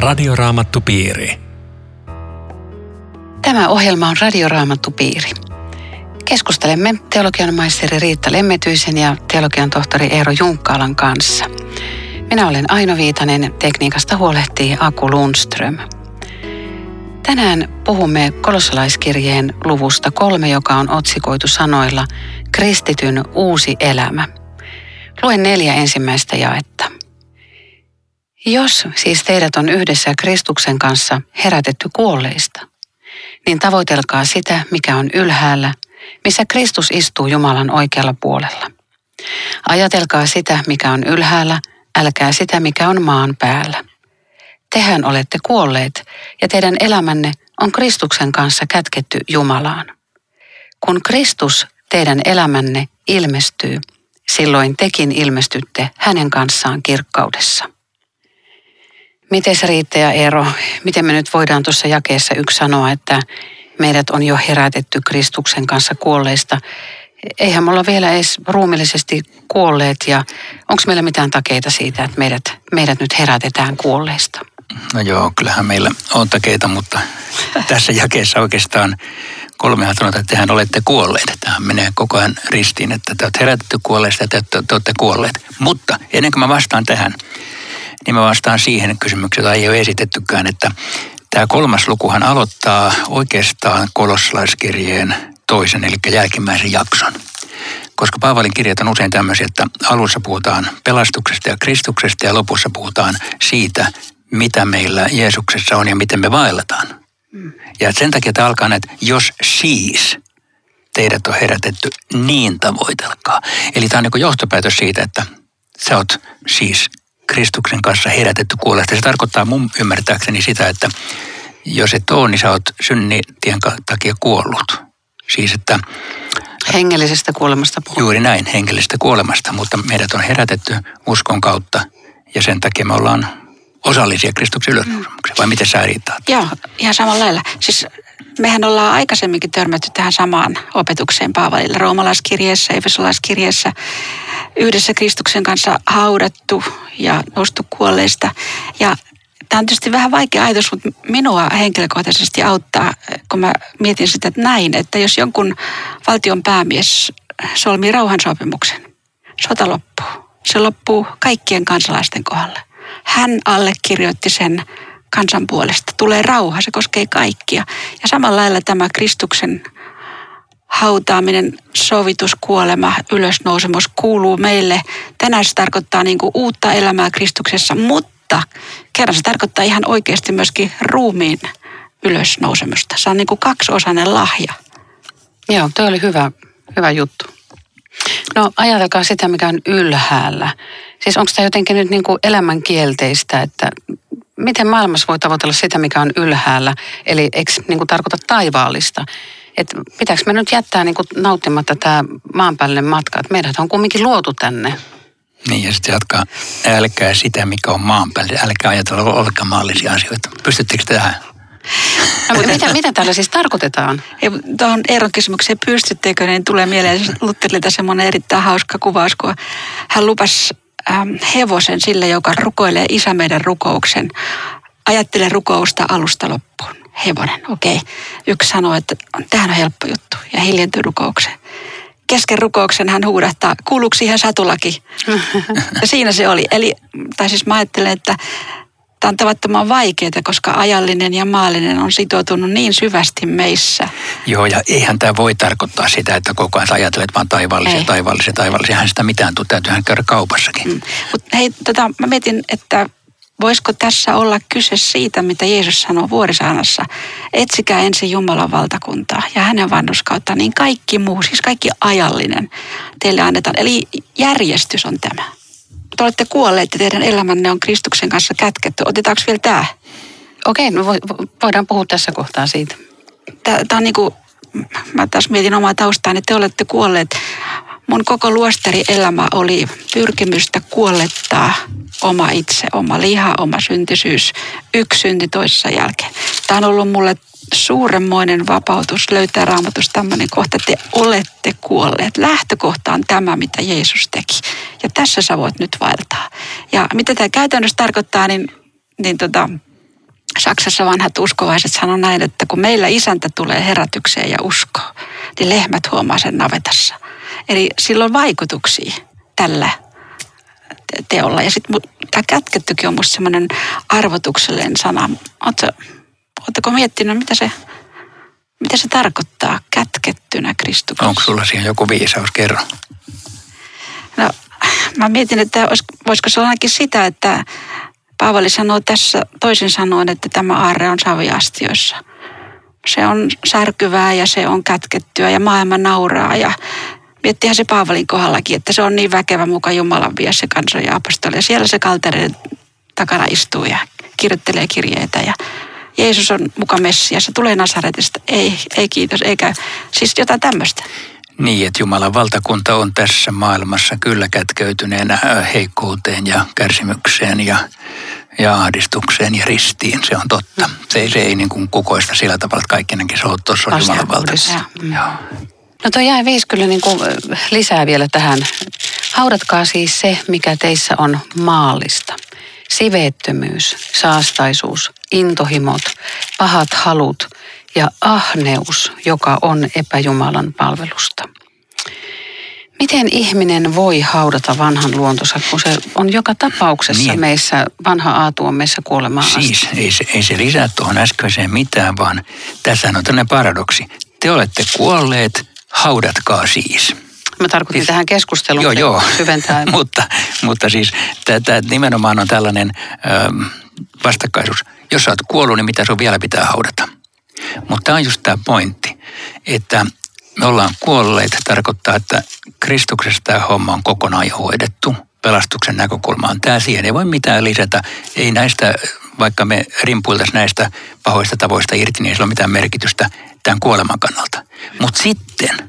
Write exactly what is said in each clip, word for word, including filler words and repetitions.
Radioraamattupiiri. Tämä ohjelma on Radioraamattupiiri. Keskustelemme teologian maisteri Riitta Lemmetyisen ja teologian tohtori Eero Junkkaalan kanssa. Minä olen Aino Viitanen, tekniikasta huolehtii Aku Lundström. Tänään puhumme kolossalaiskirjeen luvusta kolme, joka on otsikoitu sanoilla Kristityn uusi elämä. Luen neljä ensimmäistä jaetta. Jos siis teidät on yhdessä Kristuksen kanssa herätetty kuolleista, niin tavoitelkaa sitä, mikä on ylhäällä, missä Kristus istuu Jumalan oikealla puolella. Ajatelkaa sitä, mikä on ylhäällä, älkää sitä, mikä on maan päällä. Tehän olette kuolleet, ja teidän elämänne on Kristuksen kanssa kätketty Jumalaan. Kun Kristus, teidän elämänne, ilmestyy, silloin tekin ilmestytte hänen kanssaan kirkkaudessa. Mites Riitta ja Eero, miten me nyt voidaan tuossa jakeessa yksi sanoa, että meidät on jo herätetty Kristuksen kanssa kuolleista? Eihän me olla vielä edes ruumillisesti kuolleet, ja onko meillä mitään takeita siitä, että meidät, meidät nyt herätetään kuolleista? No joo, kyllähän meillä on takeita, mutta tässä jakeessa oikeastaan kolmehan sanotaan, että tehän olette kuolleet. Tämähän menee koko ajan ristiin, että te olette herätetty kuolleista ja te, te, te olette kuolleet. Mutta ennen kuin mä vastaan tähän, niin mä vastaan siihen kysymykseen, jota ei ole esitettykään, että tämä kolmas lukuhan aloittaa oikeastaan kolossalaiskirjeen toisen, eli jälkimmäisen jakson. Koska Paavalin kirjat on usein tämmöisiä, että alussa puhutaan pelastuksesta ja Kristuksesta ja lopussa puhutaan siitä, mitä meillä Jeesuksessa on ja miten me vaelletaan. Mm. Ja sen takia tämä alkaa näin, että jos siis teidät on herätetty, niin tavoitelkaa. Eli tämä on niin johtopäätös siitä, että sä oot siis Kristuksen kanssa herätetty kuolleesta. Se tarkoittaa mun ymmärtääkseni sitä, että jos et ole, niin sä oot synnitien takia kuollut. Siis että hengellisestä kuolemasta puhutaan. Juuri näin, hengellisestä kuolemasta, mutta meidät on herätetty uskon kautta ja sen takia me ollaan osallisia Kristuksen ylösnousemukseen. Vai miten sä Riitta? Joo, ihan samalla lailla. Siis mehän ollaan aikaisemminkin törmätty tähän samaan opetukseen Paavalilla roomalaiskirjeessä, efesolaiskirjeessä, yhdessä Kristuksen kanssa haudattu ja noustu kuolleista. Ja tämä on tietysti vähän vaikea ajatus, mutta minua henkilökohtaisesti auttaa, kun mä mietin sitä että näin, että jos jonkun valtion päämies solmii rauhansopimuksen, sota loppuu. Se loppuu kaikkien kansalaisten kohdalla. Hän allekirjoitti sen kansan puolesta. Tulee rauha, se koskee kaikkia. Ja samalla lailla tämä Kristuksen hautaaminen, sovitus, kuolema, ylösnousemus kuuluu meille. Tänään se tarkoittaa niin kuin uutta elämää Kristuksessa, mutta kerran se tarkoittaa ihan oikeasti myöskin ruumiin ylösnousemusta. Se on niin kuin kaksiosainen lahja. Joo, toi oli hyvä, hyvä juttu. No ajatelkaa sitä, mikä on ylhäällä. Siis onko tämä jotenkin nyt niin kuin elämänkielteistä, että miten maailmassa voi tavoitella sitä, mikä on ylhäällä, eli eikö niin kuin tarkoita taivaallista? Että pitääkö me nyt jättää niin kuin nauttimatta tämä maanpäällinen matka, että meidät on kumminkin luotu tänne. Niin ja sitten jatkaa, älkää sitä, mikä on maanpäällinen, älkää ajatella olkamaallisia asioita. Pystyttekö tähän? No, mutta mitä, mitä täällä siis tarkoitetaan? Tuohon Eeron kysymykseen, pystyttekö, niin tulee mieleen Lutterilta semmoinen erittäin hauska kuvaus, kun hän lupasi ähm, hevosen sille, joka rukoilee Isä meidän rukouksen. Ajattele rukousta alusta loppuun. Hevonen, okei. Okay. Yksi sanoo, että tämähän on helppo juttu ja hiljentyy rukoukseen. Kesken rukouksen hän huudahtaa, kuuluuko siihen satulaki? Ja siinä se oli. Eli, tai siis mä ajattelen, että tämä on tavattoman vaikeaa, koska ajallinen ja maallinen on sitoutunut niin syvästi meissä. Joo, ja eihän tämä voi tarkoittaa sitä, että koko ajan ajattelet vaan taivaallisia, Ei. taivaallisia, taivaallisia. Eihän sitä mitään tule, täytyyhän käydä kaupassakin. Mm. Mutta hei, tota, mä mietin, että voisiko tässä olla kyse siitä, mitä Jeesus sanoo vuorisaarnassa. Etsikää ensin Jumalan valtakuntaa ja hänen vanhurskauttaan, niin kaikki muu, siis kaikki ajallinen teille annetaan. Eli järjestys on tämä. Te olette kuolleet ja teidän elämänne on Kristuksen kanssa kätketty. Otetaanko vielä tämä? Okei, no voidaan puhua tässä kohtaa siitä. Tämä on niin kuin, mä taas mietin omaa taustaani, että te olette kuolleet. Mun koko luostarielämä oli pyrkimystä kuollettaa oma itse, oma liha, oma syntisyys, yksi synti toisessa jälkeen. Tämä on ollut mulle suuremmoinen vapautus löytää Raamatusta tämmöinen kohta, että te olette kuolleet. Lähtökohta on tämä, mitä Jeesus teki. Ja tässä sä voit nyt vaeltaa. Ja mitä tämä käytännössä tarkoittaa, niin, niin tota, Saksassa vanhat uskovaiset sanoo näin, että kun meillä isäntä tulee herätykseen ja uskoo, niin lehmät huomaa sen navetassa. Eli sillä on vaikutuksia tällä teolla. Ja sitten tämä kätkettykin on musta semmoinen arvotuksellinen sana. Oletteko miettinyt, mitä se, mitä se tarkoittaa kätkettynä Kristuksessa? Onko sulla siihen joku viisaus? Kerro. No, mä mietin, että voisiko se olla ainakin sitä, että Paavali sanoo tässä toisin sanoen, että tämä aarre on saviastioissa. Se on särkyvää ja se on kätkettyä ja maailma nauraa. Ja miettihän se Paavalin kohdallakin, että se on niin väkevä muka Jumalan vie se kansa ja apostoli. Ja siellä se kaltereiden takana istuu ja kirjoittelee kirjeitä. Ja Jeesus on muka Messias, se tulee Nasaretista. Ei, ei kiitos, eikä siis jotain tämmöistä. Niin, että Jumalan valtakunta on tässä maailmassa kyllä kätkeytyneenä heikkouteen ja kärsimykseen ja, ja ahdistukseen ja ristiin. Se on totta. Se, se ei niin kuin kukoista sillä tavalla, että kaikkinenkin se on tuossa Jumalan valtakunta. Mm. No toi jäi viisi kyllä niin kuin lisää vielä tähän. Haudatkaa siis se, mikä teissä on maallista. Siveettömyys, saastaisuus, intohimot, pahat halut ja ahneus, joka on epäjumalan palvelusta. Miten ihminen voi haudata vanhan luontonsa, kun se on joka tapauksessa niin. Meissä, vanha aatu on meissä kuolemaan asti? Siis ei se, ei se lisää tuohon äskeiseen mitään, vaan tässä on tämmöinen paradoksi. Te olette kuolleet, haudatkaa siis. Mä tarkoitin siis, tähän keskusteluun. Joo, joo. Syventää. mutta, mutta siis tämä nimenomaan on tällainen ö, vastakkaisuus. Jos sä oot kuollut, niin mitä sun vielä pitää haudata? Mutta tämä on just tämä pointti, että me ollaan kuolleet, tarkoittaa, että Kristuksessa tämä homma on kokonaan jo hoidettu. Pelastuksen näkökulma on tämä, siihen ei voi mitään lisätä. Ei näistä, vaikka me rimpuiltaisiin näistä pahoista tavoista irti, niin ei sillä ole mitään merkitystä tämän kuoleman kannalta. Mutta sitten,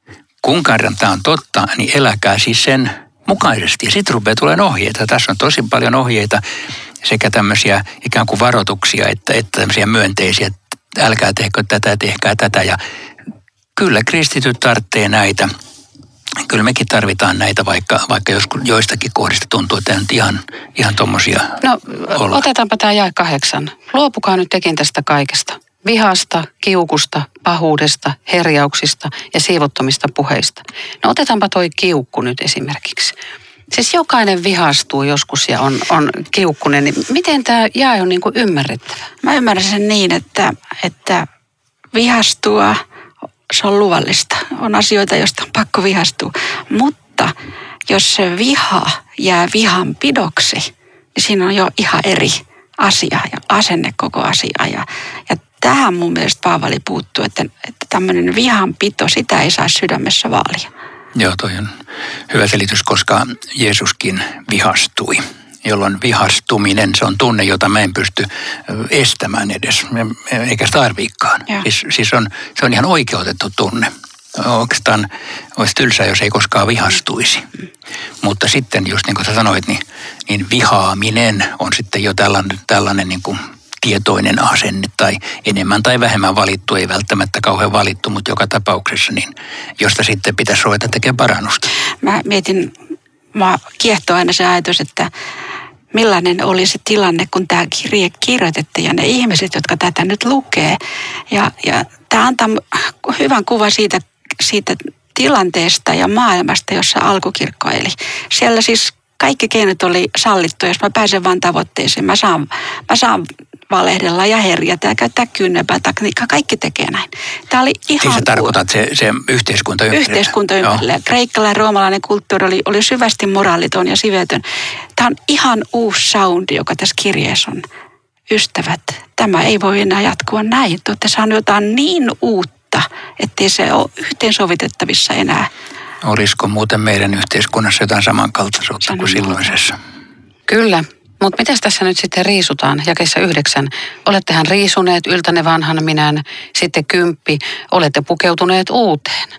kun kerran tämä on totta, niin eläkää siis sen mukaisesti. Ja sitten rupeaa tulemaan ohjeita. Tässä on tosi paljon ohjeita, sekä tämmöisiä ikään kuin varoituksia, että, että tämmöisiä myönteisiä, että älkää tehkö tätä, tehkää tätä. Ja kyllä kristityt tarvitsee näitä. Kyllä mekin tarvitaan näitä, vaikka, vaikka joskus joistakin kohdista tuntuu, että ei nyt ihan, ihan tommosia No olla. Otetaanpa tämä jae kahdeksan. Luopukaa nyt tekin tästä kaikesta. Vihasta, kiukusta, pahuudesta, herjauksista ja siivottomista puheista. No otetaanpa toi kiukku nyt esimerkiksi. Siis jokainen vihastuu joskus ja on, on kiukkunen, niin miten tämä jae on niin kuin ymmärrettävä? Mä ymmärrän sen niin, että, että vihastua, se on luvallista. On asioita, joista on pakko vihastua. Mutta jos se viha jää vihan pidoksi, niin siinä on jo ihan eri asia ja asenne koko asia. Ja, ja tähän mun mielestä Paavali puuttuu, että, että tämmöinen vihanpito, sitä ei saa sydämessä vaalia. Joo, toi on hyvä selitys, koska Jeesuskin vihastui, jolloin vihastuminen, se on tunne, jota mä en pysty estämään edes, eikä sitä tarviikaan. Siis, siis on, se on ihan oikeutettu tunne. Oikeastaan olisi tylsää, jos ei koskaan vihastuisi. Mutta sitten just niin kuin sä sanoit, niin, niin vihaaminen on sitten jo tällainen, tällainen niin kuin tietoinen asenne tai enemmän tai vähemmän valittu, ei välttämättä kauhean valittu, mutta joka tapauksessa, niin josta sitten pitäisi ruveta tekemään parannusta. Mä mietin, mä kiehtoo aina se ajatus, että millainen oli se tilanne, kun tämä kirje kirjoitettiin ja ne ihmiset, jotka tätä nyt lukee. Ja, ja tämä antaa hyvän kuvan siitä, siitä tilanteesta ja maailmasta, jossa alkukirkko eli. Siellä siis kaikki keinot oli sallittu, jos mä pääsen vaan tavoitteeseen. Mä saan, mä saan valehdella ja herjätä ja käyttää kynnepää takniikkaa. Kaikki tekee näin. Tämä oli ihan... Siis sä tarkoitat se, se yhteiskunta ympärillä? Yhteiskunta ympärillä. Kreikkalainen ja roomalainen kulttuuri oli, oli syvästi moraaliton ja sivetön. Tämä on ihan uusi soundi, joka tässä kirjeessä on. Ystävät, tämä ei voi enää jatkua näin. Te olette saaneet jotain niin uutta, ettei se ole yhteensovitettavissa enää. Olisiko muuten meidän yhteiskunnassa jotain samankaltaisuutta Sanon kuin silloisessa? Kyllä, mutta mitäs tässä nyt sitten riisutaan? Jakeessa yhdeksän. Olettehan riisuneet yltänne vanhan minän, sitten kymppi, olette pukeutuneet uuteen.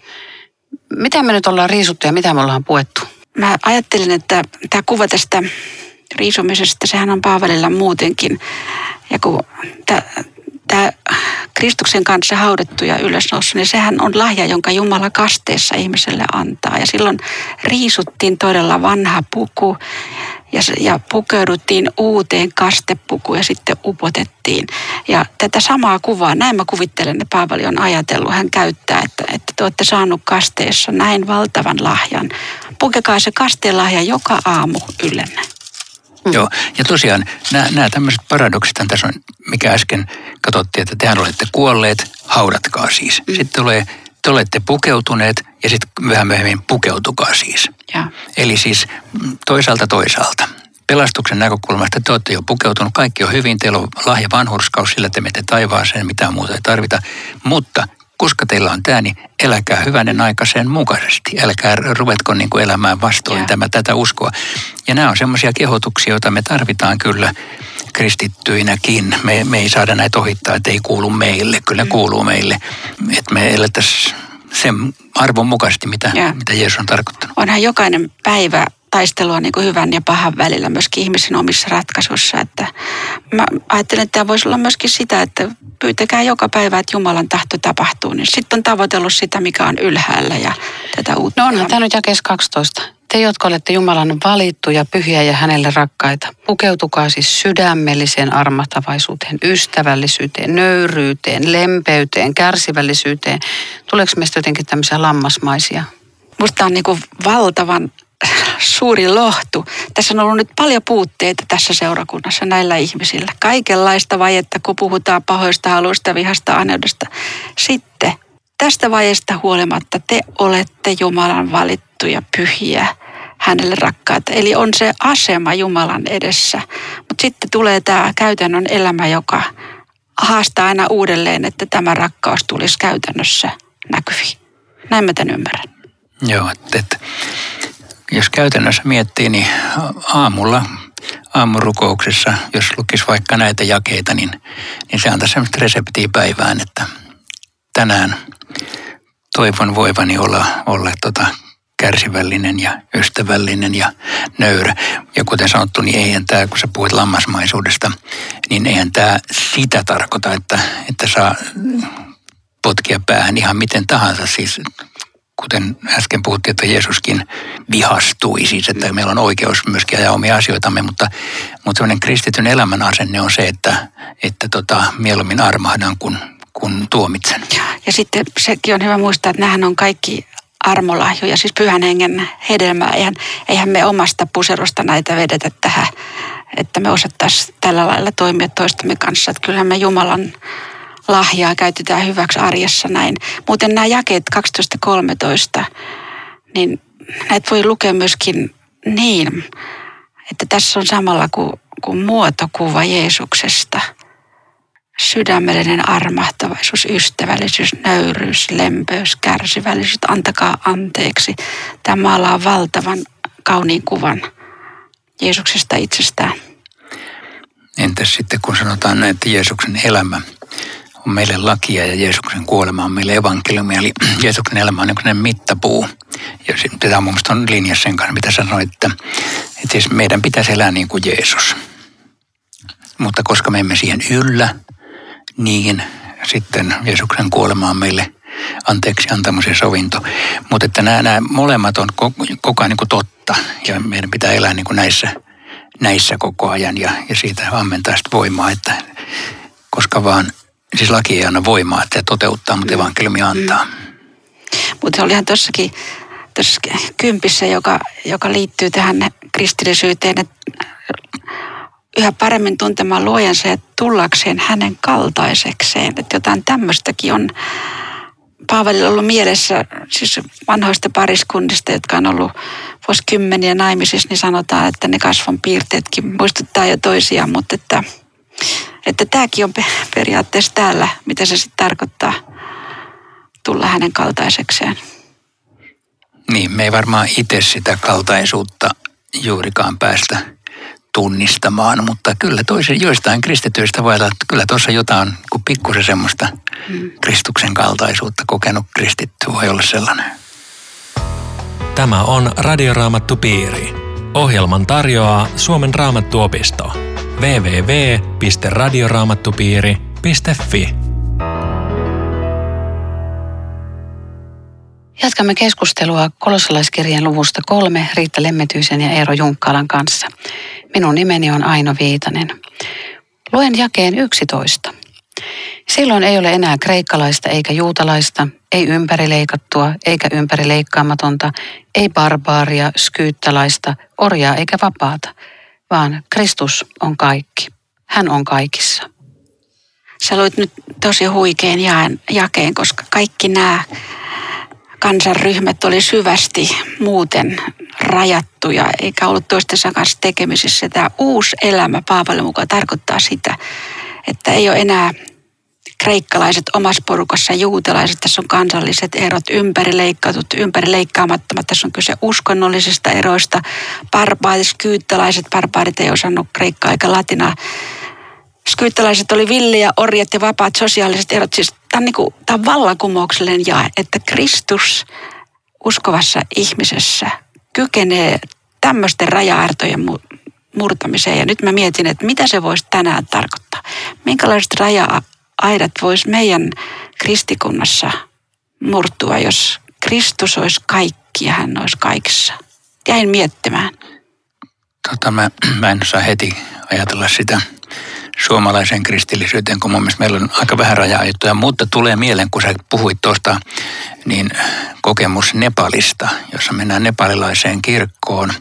Mitä me nyt ollaan riisuttu ja mitä me ollaan puettu? Mä ajattelin, että tämä kuva tästä riisumisesta, sehän on Paavalilla muutenkin. Ja kun tämä Kristuksen kanssa haudattu ja ylösnoussut, niin sehän on lahja, jonka Jumala kasteessa ihmiselle antaa. Ja silloin riisuttiin todella vanha puku ja, ja pukeuduttiin uuteen kastepukuun ja sitten upotettiin. Ja tätä samaa kuvaa, näin mä kuvittelen, että Paavali on ajatellut, hän käyttää, että, että te olette saanut kasteessa näin valtavan lahjan. Pukekaa se kasteen lahja joka aamu yllenne. Mm. Joo, ja tosiaan nämä, nämä tämmöiset paradoksit tässä on, mikä äsken katsottiin, että tehän olette kuolleet, haudatkaa siis. Mm. Sitten tulee, te olette pukeutuneet ja sitten vähän myöhemmin pukeutukaa siis. Ja. Eli siis toisaalta toisaalta. Pelastuksen näkökulmasta te olette jo pukeutunut, kaikki on hyvin, teillä on lahja vanhurskaus, sillä te menette taivaaseen, mitään muuta ei tarvita, mutta koska teillä on tämä, niin eläkää hyvänen aika sen mukaisesti. Älkää ruvetko niin kuin elämään vastoin tämä, tätä uskoa. Ja nämä on semmoisia kehotuksia, joita me tarvitaan kyllä kristittyinäkin. Me, me ei saada näitä ohittaa, että ei kuulu meille. Kyllä mm. kuuluu meille. Että me elättäisiin sen arvon mukaisesti, mitä, mitä Jeesus on tarkoittanut. Onhan jokainen päivä taistelua niin kuin hyvän ja pahan välillä myöskin ihmisen omissa ratkaisuissa. Että mä ajattelen, että tämä voisi olla myöskin sitä, että pyytäkää joka päivä, että Jumalan tahto tapahtuu. Niin sitten on tavoitellut sitä, mikä on ylhäällä ja tätä uutta. No onhan tämä nyt jakeessa kaksitoista. Te, jotka olette Jumalan valittuja, pyhiä ja hänelle rakkaita, pukeutukaa siis sydämelliseen armahtavaisuuteen, ystävällisyyteen, nöyryyteen, lempeyteen, kärsivällisyyteen. Tuleeko meistä jotenkin tämmöisiä lammasmaisia? Musta on niin kuin valtavan suuri lohtu. Tässä on ollut nyt paljon puutteita tässä seurakunnassa näillä ihmisillä. Kaikenlaista vajetta, kun puhutaan pahoista haluista, vihasta, aneudesta. Sitten tästä vajesta huolimatta te olette Jumalan valittuja, pyhiä, hänelle rakkaita. Eli on se asema Jumalan edessä. Mutta sitten tulee tämä käytännön elämä, joka haastaa aina uudelleen, että tämä rakkaus tulisi käytännössä näkyviin. Näin mä tämän ymmärrän. Joo, että, että jos käytännössä miettii, niin aamulla, aamurukouksessa, jos lukisi vaikka näitä jakeita, niin, niin se antaa semmoista reseptiä päivään, että tänään toivon voivani olla, olla tota, kärsivällinen ja ystävällinen ja nöyrä. Ja kuten sanottu, niin eihän tämä, kun sä puhuit lammasmaisuudesta, niin eihän tämä sitä tarkoita, että, että saa potkia päähän ihan miten tahansa. Siis kuten äsken puhuttiin, että Jeesuskin vihastui, siis että meillä on oikeus myöskin ajaa omia asioitamme, mutta, mutta sellainen kristityn elämän asenne on se, että, että tota, mieluummin armahdan kuin, kuin tuomitsen. Ja sitten sekin on hyvä muistaa, että nämähän on kaikki armolahjoja, siis pyhän hengen hedelmää. Eihän, eihän me omasta puserosta näitä vedetä tähän, että me osattaisiin tällä lailla toimia toistamme kanssa. Että kyllähän me Jumalan lahjaa käytetään hyväksi arjessa näin. Muuten nämä jakeet kaksitoista kolmetoista, niin näitä voi lukea myöskin niin, että tässä on samalla kuin, kuin muotokuva Jeesuksesta. Sydämellinen armahtavaisuus, ystävällisyys, nöyryys, lempeys, kärsivällisyys, antakaa anteeksi. Tämä maalaa valtavan kauniin kuvan Jeesuksesta itsestään. Entäs sitten kun sanotaan näin, että Jeesuksen elämä on meille lakia ja Jeesuksen kuolema on meille evankeliumia, eli Jeesuksen elämä on niin mittapuu. Ja tämä mun mielestä on linjassa sen kanssa, mitä sanoit, että, että siis meidän pitäisi elää niin kuin Jeesus. Mutta koska me emme siihen yllä, niin sitten Jeesuksen kuolema on meille anteeksi antamus ja sovinto. Mutta että nämä, nämä molemmat on koko, koko ajan niin kuin totta ja meidän pitää elää niin kuin näissä, näissä koko ajan ja, ja siitä ammentaa sitä voimaa, että koska vaan siis laki ei anna voimaa, että se toteuttaa, mutta evankeliumi antaa. Mm. Mutta se olihan tuossakin tuossa kympissä, joka, joka liittyy tähän kristillisyyteen, että yhä paremmin tuntemaan luojansa ja tullakseen hänen kaltaisekseen. Että jotain tämmöistäkin on Paavalilla ollut mielessä, siis vanhoista pariskunnista, jotka on ollut vuosikymmeniä naimisissa, niin sanotaan, että ne kasvon piirteetkin muistuttaa jo toisiaan, mutta että Että tämäkin on periaatteessa täällä, mitä se sitten tarkoittaa tulla hänen kaltaisekseen. Niin, me ei varmaan itse sitä kaltaisuutta juurikaan päästä tunnistamaan, mutta kyllä toisen, joistain kristityistä voi olla, että kyllä tuossa jotain kuin pikkusen semmoista hmm. Kristuksen kaltaisuutta kokenut kristitty voi olla sellainen. Tämä on Radioraamattupiiri. Ohjelman tarjoaa Suomen Raamattuopisto. double-u double-u double-u piste radioraamattupiiri piste fi Jatkamme keskustelua kolossalaiskirjeen luvusta kolme Riitta Lemmetyisen ja Eero Junkkaalan kanssa. Minun nimeni on Aino Viitanen. Luen jakeen yksitoista. Silloin ei ole enää kreikkalaista eikä juutalaista, ei ympärileikattua eikä ympärileikkaamatonta, ei barbaaria, skyyttalaista, orjaa eikä vapaata, vaan Kristus on kaikki. Hän on kaikissa. Sä luit nyt tosi huikean jaen, jakeen, koska kaikki nämä kansanryhmät oli syvästi muuten rajattuja, eikä ollut toistensa kanssa tekemisissä. Tämä uusi elämä Paavalin mukaan tarkoittaa sitä, että ei ole enää kreikkalaiset omassa porukassa, juutalaiset, tässä on kansalliset erot, ympärileikkatut, ympärileikkaamattomat, tässä on kyse uskonnollisista eroista, barbaarit, skyyttalaiset, barbaarit ei osannut kreikkaa eikä latinaa. Skyyttalaiset oli villiä, orjat ja vapaat sosiaaliset erot. Siis tämä on, niin kuin, tämä on vallankumouksellinen jae, että Kristus uskovassa ihmisessä kykenee tämmöisten raja-artojen murtamiseen. Ja nyt mä mietin, että mitä se voisi tänään tarkoittaa. Minkälaiset raja-aidat voisi meidän kristikunnassa murtua, jos Kristus olisi kaikki ja hän olisi kaikissa. Jäin miettimään. Tota, mä, mä en osaa heti ajatella sitä suomalaiseen kristillisyyteen, kun mun mielestä meillä on aika vähän raja-aitoja, mutta tulee mieleen, kun sä puhuit tuosta, niin kokemus Nepalista, jossa mennään nepalilaiseen kirkkoon.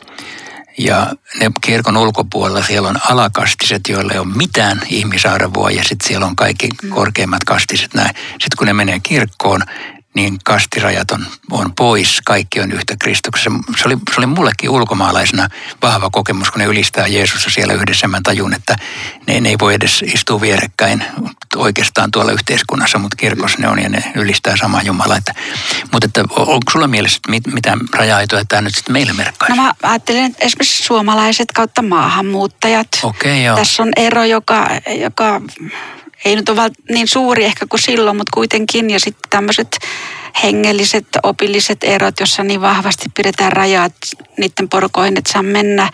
Ja ne kirkon ulkopuolella siellä on alakastiset, joilla ei ole mitään ihmisarvoa, ja sitten siellä on kaikki korkeimmat kastiset näin. Sitten kun ne menee kirkkoon, niin kastirajat on, on pois, kaikki on yhtä Kristuksessa. Se oli, se oli mullekin ulkomaalaisena vahva kokemus, kun ne ylistää Jeesusta siellä yhdessä. Mä tajun, että ne, ne ei voi edes istua vierekkäin oikeastaan tuolla yhteiskunnassa, mutta kirkossa ne on ja ne ylistää samaa Jumalaa. Että, mutta että, onko sulla mielessä mit, mitä raja-aitoja tämä nyt sitten meille merkkaisi? No mä ajattelen, että esimerkiksi suomalaiset kautta maahanmuuttajat. Okei, joo. Tässä on ero, joka... joka ei nyt ole niin suuri ehkä kuin silloin, mutta kuitenkin. Ja sitten tämmöiset hengelliset, opilliset erot, jossa niin vahvasti pidetään rajat niiden porukoihin, että saa mennä.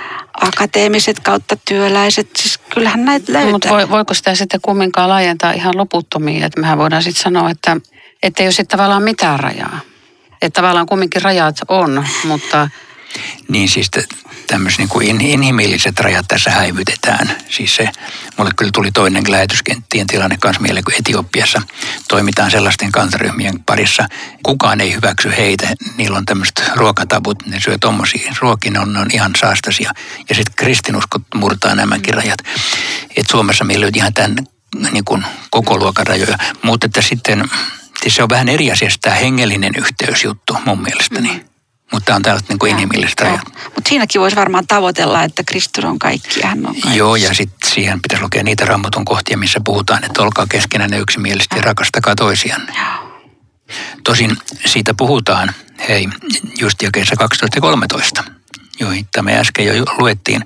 Akateemiset kautta työläiset, siis kyllähän näitä löytää. Mutta voiko sitä sitten kumminkaan laajentaa ihan loputtomiin? Että mehän voidaan sitten sanoa, että ei ole sitten tavallaan mitään rajaa. Että tavallaan kumminkin rajat on, mutta... Niin siis tämmöiset niin kuin inhimilliset rajat tässä häivytetään. Siis se, mulle kyllä tuli toinen lähetyskenttien tilanne kanssa mieleen, kun Etiopiassa toimitaan sellaisten kansaryhmien parissa. Kukaan ei hyväksy heitä. Niillä on tämmöiset ruokatabut, ne syö tommosia ruokia, ne on, ne on ihan saastaisia. Ja sitten kristinusko murtaa nämäkin rajat. Et Suomessa meillä on ihan tämän niin kuin koko luokan rajoja. Mutta että sitten, siis se on vähän eri asiasta tämä hengellinen yhteysjuttu mun mielestäni. Mm. Mutta on tällaista niin kuin inhimillistä rajat. Mutta siinäkin voisi varmaan tavoitella, että Kristus on kaikki ja hän on kaikki. Joo, ja sitten siihen pitäisi lukea niitä Raamatun kohtia, missä puhutaan, että olkaa keskenään yksimielisesti ja rakastakaa toisianne. Joo. Tosin siitä puhutaan, hei, just jakeessa kaksitoista ja kolmetoista, joita me äsken jo luettiin.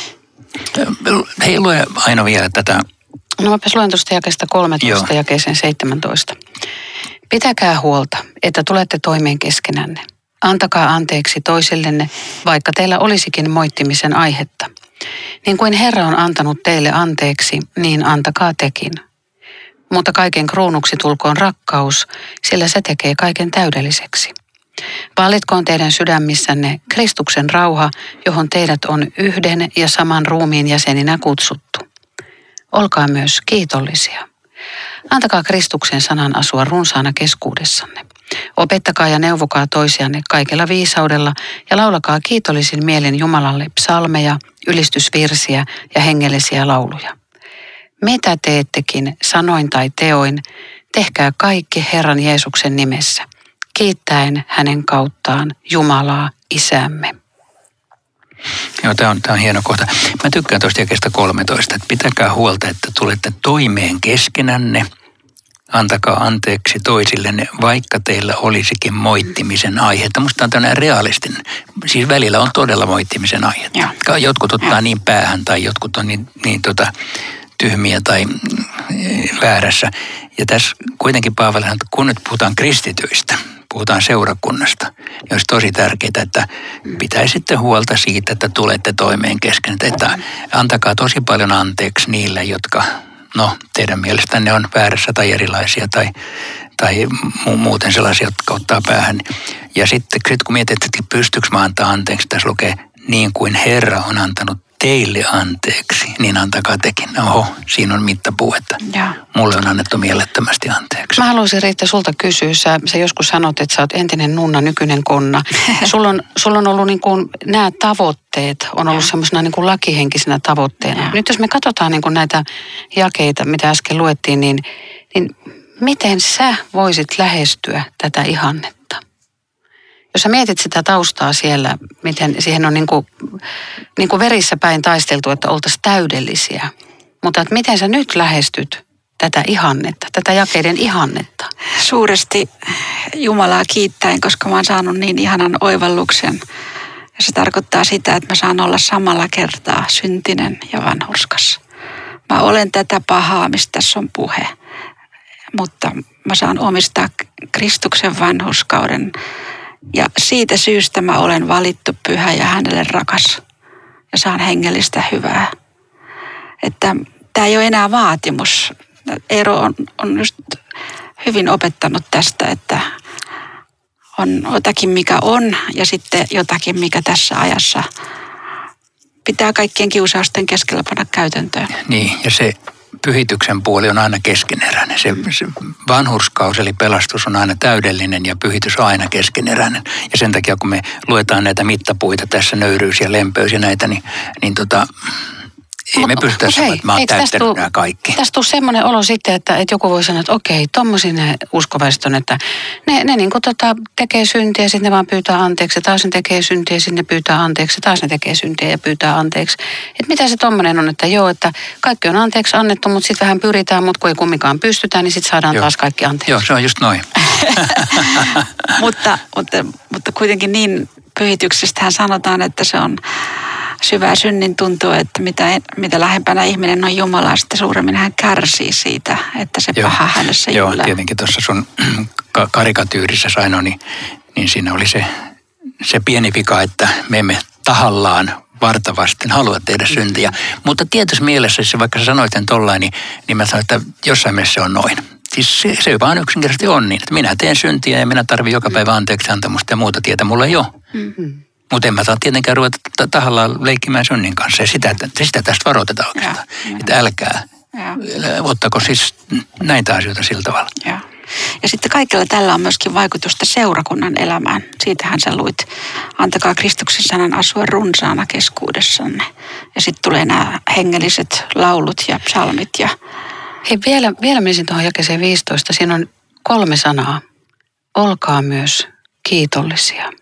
Hei, lue Aino vielä tätä. No mäpäs luen tuosta jakeesta kolmetoista Joo. jakeeseen seitsemäntoista. Pitäkää huolta, että tulette toimeen keskenänne. Antakaa anteeksi toisillenne, vaikka teillä olisikin moittimisen aihetta. Niin kuin Herra on antanut teille anteeksi, niin antakaa tekin. Mutta kaiken kruunuksi tulkoon rakkaus, sillä se tekee kaiken täydelliseksi. Vallitkoon teidän sydämissänne Kristuksen rauha, johon teidät on yhden ja saman ruumiin jäseninä kutsuttu. Olkaa myös kiitollisia. Antakaa Kristuksen sanan asua runsaana keskuudessanne. Opettakaa ja neuvokaa toisianne kaikella viisaudella ja laulakaa kiitollisin mielen Jumalalle psalmeja, ylistysvirsiä ja hengellisiä lauluja. Mitä teettekin sanoin tai teoin, tehkää kaikki Herran Jeesuksen nimessä, kiittäen hänen kauttaan Jumalaa Isämme. Joo, tämä on, tämä on hieno kohta. Mä tykkään tuosta jakeesta kolmetoista, että pitäkää huolta, että tulette toimeen keskenänne. Antakaa anteeksi toisillenne, vaikka teillä olisikin moittimisen aihetta. Musta on tämmöinen realistinen. Siis välillä on todella moittimisen aihetta. Ja. Jotkut ottaa ja. niin päähän tai jotkut on niin, niin tota, tyhmiä tai väärässä. Ja tässä kuitenkin Paavali sanoo, että kun nyt puhutaan kristityistä, puhutaan seurakunnasta, niin olisi tosi tärkeää, että pitäisitte huolta siitä, että tulette toimeen kesken. Että antakaa tosi paljon anteeksi niille, jotka... No, teidän mielestänne on väärässä tai erilaisia tai, tai mu- muuten sellaisia, jotka ottaa päähän. Ja sitten sit kun mietit, että pystyykö mä antaa anteeksi, tässä lukee niin kuin Herra on antanut teille anteeksi, niin antakaa tekin. Oho, siinä on mittapuu, että ja. Mulle on annettu mielettömästi anteeksi. Mä haluaisin Riitta sulta kysyä, sä, sä joskus sanot, että sä oot entinen nunna, nykyinen konna. Sulla on, sul on ollut niin kuin, nämä tavoitteet, on ollut semmoisena niin kuin lakihenkisenä tavoitteena. Ja. Nyt jos me katsotaan niin kuin näitä jakeita, mitä äsken luettiin, niin, niin miten sä voisit lähestyä tätä ihannetta? Jos sä mietit sitä taustaa siellä, miten siihen on niin kuin, niin kuin verissä päin taisteltu, että oltaisiin täydellisiä. Mutta että miten sä nyt lähestyt tätä ihannetta, tätä jakeiden ihannetta? Suuresti Jumalaa kiittäen, koska mä oon saanut niin ihanan oivalluksen. Ja se tarkoittaa sitä, että mä saan olla samalla kertaa syntinen ja vanhurskas. Mä olen tätä pahaa, mistä tässä on puhe. Mutta mä saan omistaa Kristuksen vanhurskauden. Ja siitä syystä mä olen valittu pyhä ja hänelle rakas. Ja saan hengellistä hyvää. Että tämä ei ole enää vaatimus. Eero on, on just hyvin opettanut tästä, että on jotakin mikä on ja sitten jotakin mikä tässä ajassa pitää kaikkien kiusausten keskellä panna käytäntöön. Niin, ja se pyhityksen puoli on aina keskeneräinen. Se, se vanhurskaus eli pelastus on aina täydellinen ja pyhitys on aina keskeneräinen. Ja sen takia kun me luetaan näitä mittapuita tässä, nöyryys ja lempeys ja näitä, niin, niin tota, ei me pystytä sanoa, että mä oon täyttänyt nämä kaikki. Tästä tuu semmoinen olo sitten, että, että joku voi sanoa, että okei, tommosia ne uskovaiset on, että ne, ne niin kuin tota, tekee syntiä, sitten ne vaan pyytää anteeksi, taas ne tekee syntiä, sitten ne pyytää anteeksi, taas ne tekee syntiä ja pyytää anteeksi. Että mitä se tommonen on, että joo, että kaikki on anteeksi annettu, mutta sitten vähän pyritään, mutta kun ei kumminkaan pystytään, niin sitten saadaan joo. taas kaikki anteeksi. Joo, se on just noin. mutta, mutta, mutta kuitenkin niin pyhityksestähän sanotaan, että se on syvää synnin tuntuu, että mitä, mitä lähempänä ihminen on Jumalaa, sitä suuremmin hän kärsii siitä, että se joo, paha hänessä Joo, jyllää. Tietenkin tuossa sun karikatyyrissä Saino, niin, niin siinä oli se, se pieni vika, että me emme tahallaan vartavasti halua tehdä syntiä. Mm. Mutta tietyssä mielessä, vaikka sä sanoit sen tollain, niin, niin mä sanoin, että jossain mielessä se on noin. Siis se, se vaan yksinkertaisesti on niin, että minä teen syntiä ja minä tarvitsen joka päivä anteeksi antamusta ja muuta tietä mulla ei ole. Mm. Mutta en mä saa tietenkään ruveta tahallaan leikkimään synnin kanssa. Ja sitä, sitä tästä varoitetaan oikeastaan. Ja, että älkää. Ja. Ottaako siis näitä asioita sillä tavalla. Ja. ja sitten kaikella tällä on myöskin vaikutusta seurakunnan elämään. Siitähän sä luit, antakaa Kristuksen sanan asua runsaana keskuudessanne. Ja sitten tulee nämä hengelliset laulut ja psalmit. Ja... Hei, vielä, vielä menisin tuohon jakeeseen viisitoista. Siinä on kolme sanaa. Olkaa myös kiitollisia.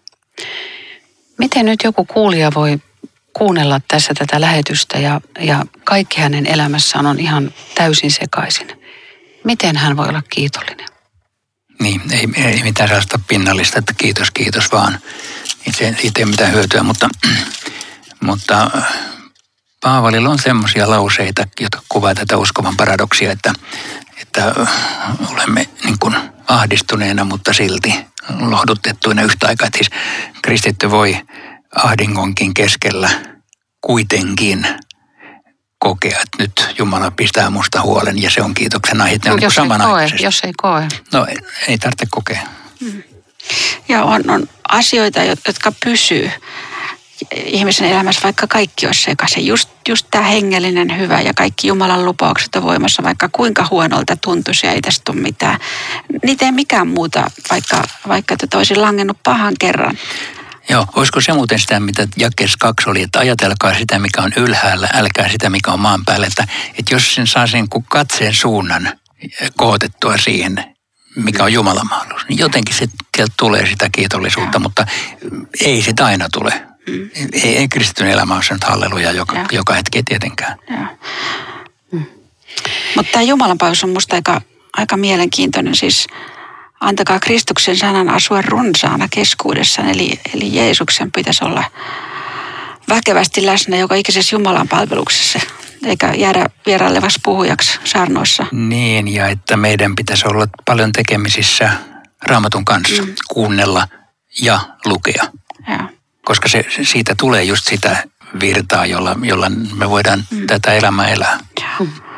Miten nyt joku kuulija voi kuunnella tässä tätä lähetystä ja, ja kaikki hänen elämässään on ihan täysin sekaisin? Miten hän voi olla kiitollinen? Niin, ei, ei mitään sellaista pinnallista, että kiitos, kiitos vaan. Siitä ei ole mitään hyötyä, mutta, mutta Paavalilla on semmoisia lauseita, jotka kuvaa tätä uskovan paradoksia, että, että olemme niin kuin ahdistuneena, mutta silti lohdutettuina yhtä aikaa. Että siis kristitty voi ahdingonkin keskellä kuitenkin kokea, että nyt Jumala pistää musta huolen ja se on kiitoksen aihe. No, jos, niin koe, jos ei koe. No ei, ei tarvitse kokea. Mm. Ja on, on asioita, jotka pysyy ihmisen elämässä, vaikka kaikki olisi sekaisin. Just, just tämä hengellinen hyvä ja kaikki Jumalan lupaukset on voimassa, vaikka kuinka huonolta tuntuisi ja ei tästä tule mitään. Niitä ei mikään muuta, vaikka, vaikka tätä olisi langennut pahan kerran. Joo, olisiko se muuten sitä, mitä jakeessa kaksi oli, että ajatelkaa sitä, mikä on ylhäällä, älkää sitä, mikä on maan päällä. Että, että jos sen saa sen katseen suunnan kohotettua siihen, mikä on Jumalan mahdollisuus, niin jotenkin se tulee sitä kiitollisuutta, ja. Mutta ei sitä aina tule. Mm. Ei, ei kristityn elämä ole sen halleluja joka, joka hetki tietenkään. Mm. Mutta tämä Jumalan palvelus on musta aika, aika mielenkiintoinen. Siis antakaa Kristuksen sanan asua runsaana keskuudessaan. Eli, eli Jeesuksen pitäisi olla väkevästi läsnä joka ikisessä Jumalan palveluksessa, eikä jäädä vierailevaksi puhujaksi saarnoissa. Niin, ja että meidän pitäisi olla paljon tekemisissä Raamatun kanssa, mm. kuunnella ja lukea. Ja. Koska se, siitä tulee just sitä virtaa, jolla, jolla me voidaan mm. tätä elämää elää. Mm.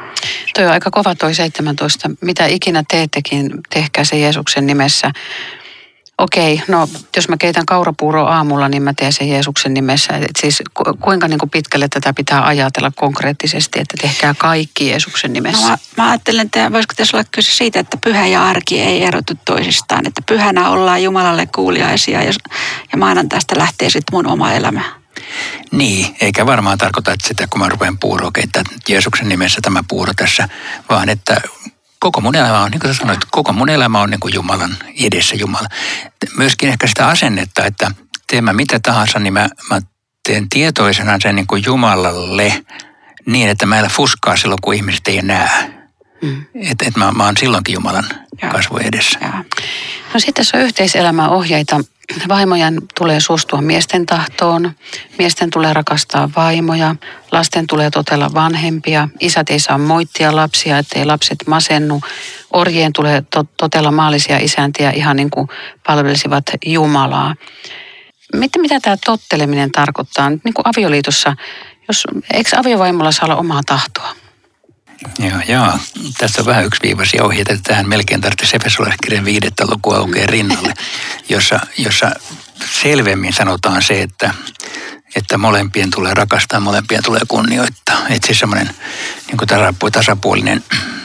Toi on aika kova toi seitsemäntoista. Mitä ikinä teettekin, tehkää se Jeesuksen nimessä. Okei, no jos mä keitän kaurapuuroa aamulla, niin mä teen sen Jeesuksen nimessä. Et siis ku, kuinka niin kuin pitkälle tätä pitää ajatella konkreettisesti, että tehkää kaikki Jeesuksen nimessä? No, mä, mä ajattelen, että voisiko tässä olla kyse siitä, että pyhä ja arki ei erotu toisistaan. Että pyhänä ollaan Jumalalle kuuliaisia ja, ja maanantaista lähtee sitten mun oma elämä. Niin, eikä varmaan tarkoita että sitä, kun mä rupean puuroa keittää Jeesuksen nimessä tämä puuro tässä, vaan että koko mun elämä on, niin kuin sä sanoit, koko mun elämä on niin kuin Jumalan edessä Jumala. Myöskin ehkä sitä asennetta, että teen mä mitä tahansa, niin mä, mä teen tietoisena sen niin kuin Jumalalle niin, että mä en fuskaa silloin, kun ihmiset ei näe. Mm. Että et mä, mä oon silloinkin Jumalan kasvojen edessä. Ja. No sitten tässä on yhteiselämän ohjeita. Vaimojen tulee suostua miesten tahtoon, miesten tulee rakastaa vaimoja, lasten tulee totella vanhempia, isät ei saa moittia lapsia, ettei lapset masennu, orjien tulee to- totella maallisia isäntiä ihan niin kuin palvelisivat Jumalaa. Mitä, mitä tämä totteleminen tarkoittaa? Niin kuin avioliitossa, jos, eikö aviovaimolla saa olla omaa tahtoa? Joo, joo. Tässä on vähän yksiviivaisia ohjeita, että tähän melkein tarvitsisi Efesolaiskirjan viidettä lukua lukea rinnalle, jossa, jossa selvemmin sanotaan se, että, että molempien tulee rakastaa, molempien tulee kunnioittaa. Että siis semmoinen niin tasapuolinen.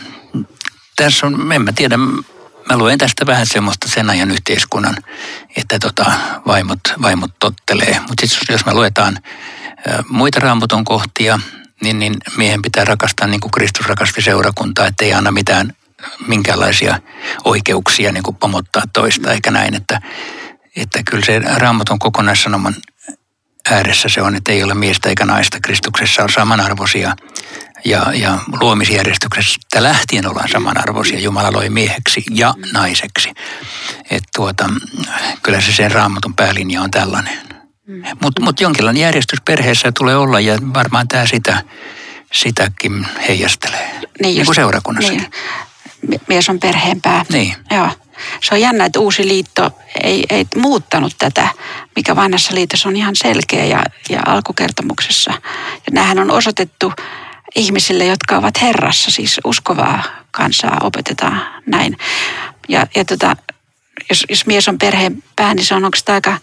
Tässä on, en mä tiedä, mä luen tästä vähän semmoista sen ajan yhteiskunnan, että tota, vaimot, vaimot tottelee. Mutta sitten jos me luetaan muita Raamatun kohtia, Niin, niin miehen pitää rakastaa niin kuin Kristus rakasti seurakuntaa, ettei anna mitään, minkäänlaisia oikeuksia niin kuin pomottaa toista, eikä näin, että, että kyllä se Raamatun kokonaissanoman ääressä se on, että ei ole miestä eikä naista. Kristuksessa on samanarvoisia ja, ja luomisjärjestyksessä lähtien ollaan samanarvoisia. Jumala loi mieheksi ja naiseksi. Että tuota, kyllä se sen Raamatun päälinja on tällainen. Mutta mut jonkinlainen järjestys perheessä tulee olla ja varmaan tämä sitä, sitäkin heijastelee, niin, niin kuin seurakunnassakin. Niin. Mies on perheenpää. Niin. Joo. Se on jännä, että uusi liitto ei, ei muuttanut tätä, mikä vanhassa liitossa on ihan selkeä ja, ja alkukertomuksessa. Ja näähän on osoitettu ihmisille, jotka ovat Herrassa, siis uskovaa kansaa opetetaan näin. Ja, ja tota, jos, jos mies on perheenpää, niin se on onko aika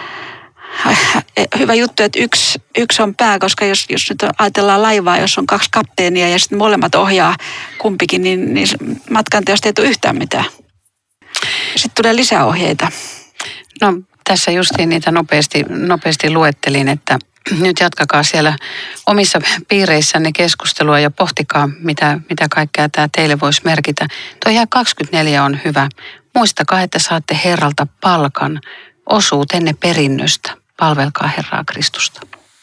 hyvä juttu, että yksi, yksi on pää, koska jos, jos nyt ajatellaan laivaa, jos on kaksi kapteenia ja sitten molemmat ohjaa kumpikin, niin, niin matkan teosta ei tule yhtään mitään. Sitten tulee lisää ohjeita. No tässä justiin niitä nopeasti, nopeasti luettelin, että nyt jatkakaa siellä omissa piireissänne keskustelua ja pohtikaa, mitä, mitä kaikkea tämä teille voisi merkitä. Tuo jae kaksikymmentäneljä on hyvä. Muistakaa, että saatte Herralta palkan osuutenne perinnöstä. Palvelkaa Herraa Kristusta.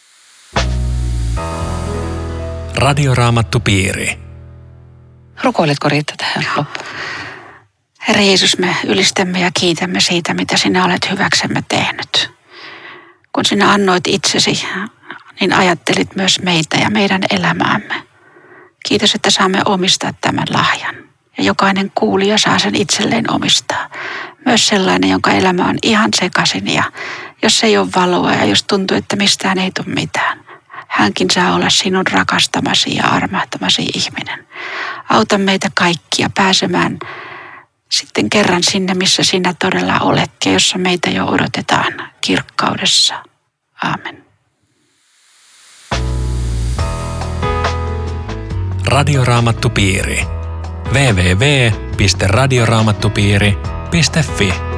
Radioraamattupiiri. Rukoiletko Riitta tähän loppuun? Herra Jeesus, me ylistämme ja kiitämme siitä, mitä sinä olet hyväksemme tehnyt. Kun sinä annoit itsesi, niin ajattelit myös meitä ja meidän elämäämme. Kiitos, että saamme omistaa tämän lahjan. Ja jokainen kuulija saa sen itselleen omistaa. Myös sellainen, jonka elämä on ihan sekaisin ja jos ei ole valoa ja jos tuntuu, että mistään ei tule mitään. Hänkin saa olla sinun rakastamasi ja armahtamasi ihminen. Auta meitä kaikkia pääsemään sitten kerran sinne, missä sinä todella olet ja jossa meitä jo odotetaan kirkkaudessa. Aamen. Radioraamattupiiri. double-u double-u double-u piste radioraamattupiiri piste fi